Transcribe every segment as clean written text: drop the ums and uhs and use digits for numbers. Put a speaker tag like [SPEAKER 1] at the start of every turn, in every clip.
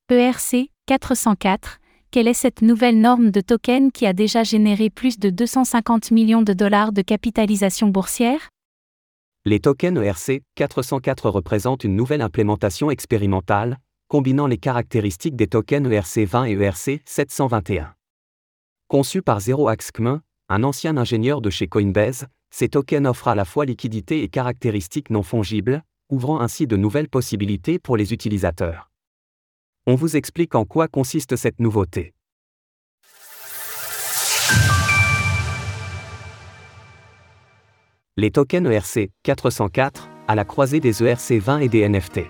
[SPEAKER 1] ERC 404, quelle est cette nouvelle norme de token qui a déjà généré plus de 250 millions de dollars de capitalisation boursière?
[SPEAKER 2] Les tokens ERC 404 représentent une nouvelle implémentation expérimentale, combinant les caractéristiques des tokens ERC 20 et ERC 721. Conçus par Zero Axcm, un ancien ingénieur de chez Coinbase, ces tokens offrent à la fois liquidité et caractéristiques non fongibles, ouvrant ainsi de nouvelles possibilités pour les utilisateurs. On vous explique en quoi consiste cette nouveauté. Les tokens ERC 404, à la croisée des ERC 20 et des NFT.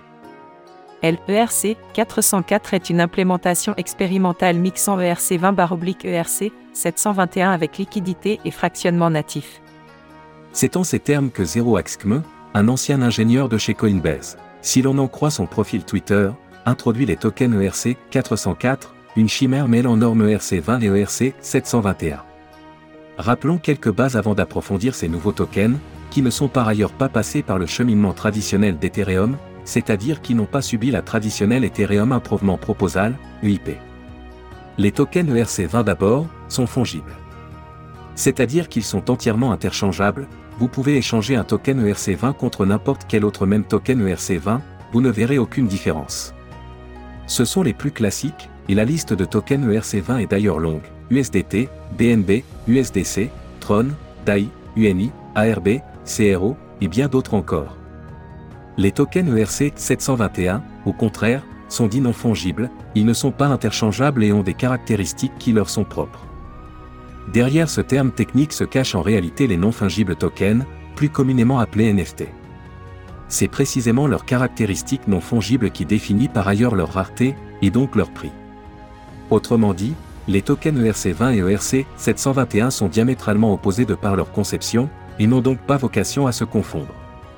[SPEAKER 3] L'ERC 404 est une implémentation expérimentale mixant ERC 20/ERC 721 avec liquidité et fractionnement natif.
[SPEAKER 4] C'est en ces termes que Zero Axcm, un ancien ingénieur de chez Coinbase, si l'on en croit son profil Twitter, introduit les tokens ERC 404, une chimère mêlant normes ERC 20 et ERC 721. Rappelons quelques bases avant d'approfondir ces nouveaux tokens, qui ne sont par ailleurs pas passés par le cheminement traditionnel d'Ethereum, c'est-à-dire qui n'ont pas subi la traditionnelle Ethereum Improvement Proposal, EIP. Les tokens ERC 20 d'abord, sont fongibles. C'est-à-dire qu'ils sont entièrement interchangeables, vous pouvez échanger un token ERC 20 contre n'importe quel autre même token ERC 20, vous ne verrez aucune différence. Ce sont les plus classiques, et la liste de tokens ERC 20 est d'ailleurs longue: USDT, BNB, USDC, Tron, DAI, UNI, ARB, CRO, et bien d'autres encore. Les tokens ERC 721, au contraire, sont dits non fongibles, ils ne sont pas interchangeables et ont des caractéristiques qui leur sont propres. Derrière ce terme technique se cachent en réalité les non-fungibles tokens, plus communément appelés NFT. C'est précisément leurs caractéristiques non fongibles qui définit par ailleurs leur rareté, et donc leur prix. Autrement dit, les tokens ERC 20 et ERC 721 sont diamétralement opposés de par leur conception, et n'ont donc pas vocation à se confondre.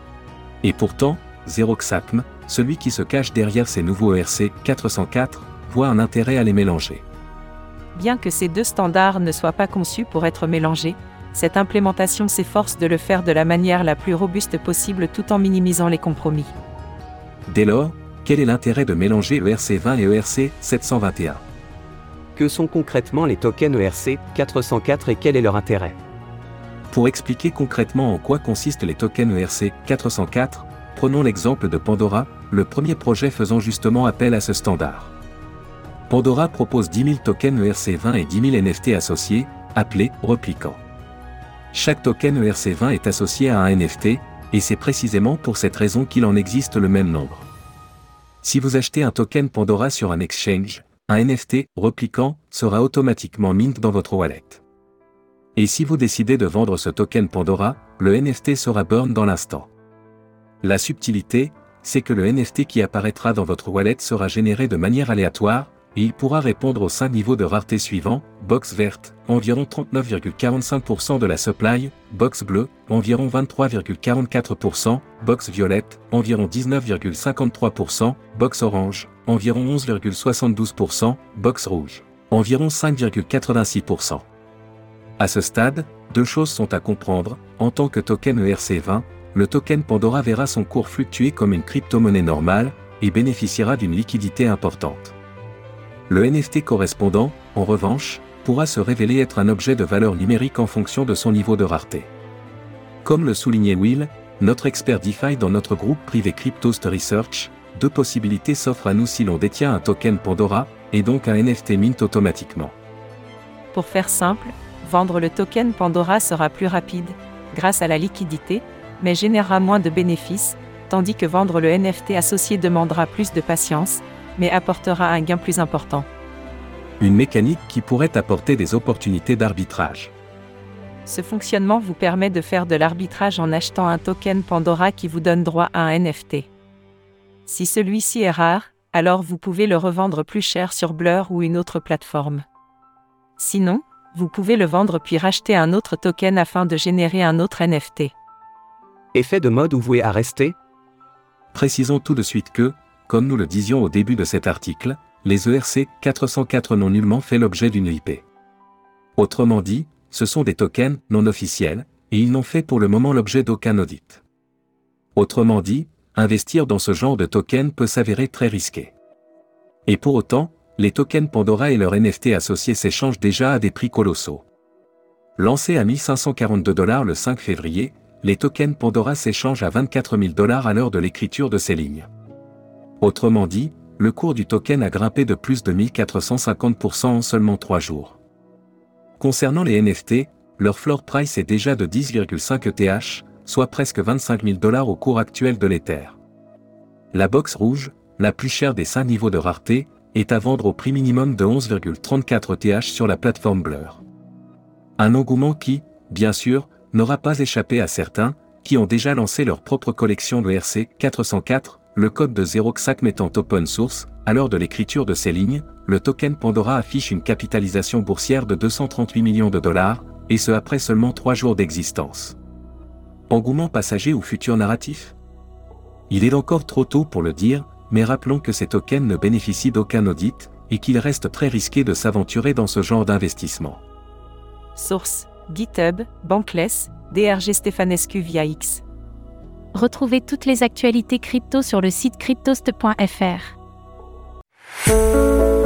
[SPEAKER 4] Et pourtant, Zero Axcm, celui qui se cache derrière ces nouveaux ERC 404, voit un intérêt à les mélanger.
[SPEAKER 3] Bien que ces deux standards ne soient pas conçus pour être mélangés, cette implémentation s'efforce de le faire de la manière la plus robuste possible tout en minimisant les compromis.
[SPEAKER 4] Dès lors, quel est l'intérêt de mélanger ERC 20 et ERC 721 ?
[SPEAKER 2] Que sont concrètement les tokens ERC 404 et quel est leur intérêt ?
[SPEAKER 4] Pour expliquer concrètement en quoi consistent les tokens ERC 404, prenons l'exemple de Pandora, le premier projet faisant justement appel à ce standard. Pandora propose 10 000 tokens ERC 20 et 10 000 NFT associés, appelés replicants. Chaque token ERC 20 est associé à un NFT, et c'est précisément pour cette raison qu'il en existe le même nombre. Si vous achetez un token Pandora sur un exchange, un NFT replicant sera automatiquement mint dans votre wallet. Et si vous décidez de vendre ce token Pandora, le NFT sera burn dans l'instant. La subtilité, c'est que le NFT qui apparaîtra dans votre wallet sera généré de manière aléatoire, et il pourra répondre aux 5 niveaux de rareté suivants: box verte, environ 39,45% de la supply, box bleue, environ 23,44%, box violette, environ 19,53%, box orange, environ 11,72%, box rouge, environ 5,86%. À ce stade, deux choses sont à comprendre. En tant que token ERC 20, le token Pandora verra son cours fluctuer comme une crypto-monnaie normale, et bénéficiera d'une liquidité importante. Le NFT correspondant, en revanche, pourra se révéler être un objet de valeur numérique en fonction de son niveau de rareté. Comme le soulignait Will, notre expert DeFi dans notre groupe privé Cryptost Research, deux possibilités s'offrent à nous si l'on détient un token Pandora, et donc un NFT mint automatiquement.
[SPEAKER 3] Pour faire simple, vendre le token Pandora sera plus rapide, grâce à la liquidité, mais générera moins de bénéfices, tandis que vendre le NFT associé demandera plus de patience, mais apportera un gain plus important.
[SPEAKER 4] Une mécanique qui pourrait apporter des opportunités d'arbitrage.
[SPEAKER 3] Ce fonctionnement vous permet de faire de l'arbitrage en achetant un token Pandora qui vous donne droit à un NFT. Si celui-ci est rare, alors vous pouvez le revendre plus cher sur Blur ou une autre plateforme. Sinon, vous pouvez le vendre puis racheter un autre token afin de générer un autre NFT.
[SPEAKER 2] Effet de mode ou voué à rester ?
[SPEAKER 4] Précisons tout de suite que, comme nous le disions au début de cet article, les ERC 404 n'ont nullement fait l'objet d'une EIP. Autrement dit, ce sont des tokens non officiels, et ils n'ont fait pour le moment l'objet d'aucun audit. Autrement dit, investir dans ce genre de token peut s'avérer très risqué. Et pour autant, les tokens Pandora et leurs NFT associés s'échangent déjà à des prix colossaux. Lancés à $1542 le 5 février, les tokens Pandora s'échangent à $24 000 à l'heure de l'écriture de ces lignes. Autrement dit, le cours du token a grimpé de plus de 1450% en seulement 3 jours. Concernant les NFT, leur floor price est déjà de 10,5 ETH, soit presque $25 000 au cours actuel de l'Ether. La box rouge, la plus chère des 5 niveaux de rareté, est à vendre au prix minimum de 11,34 ETH sur la plateforme Blur. Un engouement qui, bien sûr, n'aura pas échappé à certains, qui ont déjà lancé leur propre collection de ERC-404, le code de Xeroxac mettant open source. À l'heure de l'écriture de ces lignes, le token Pandora affiche une capitalisation boursière de $238 millions, et ce après seulement 3 jours d'existence. Engouement passager ou futur narratif ? Il est encore trop tôt pour le dire, mais rappelons que ces tokens ne bénéficient d'aucun audit, et qu'il reste très risqué de s'aventurer dans ce genre d'investissement.
[SPEAKER 3] Source: GitHub, Bankless, DRG Stefanescu via X.
[SPEAKER 1] Retrouvez toutes les actualités crypto sur le site cryptost.fr.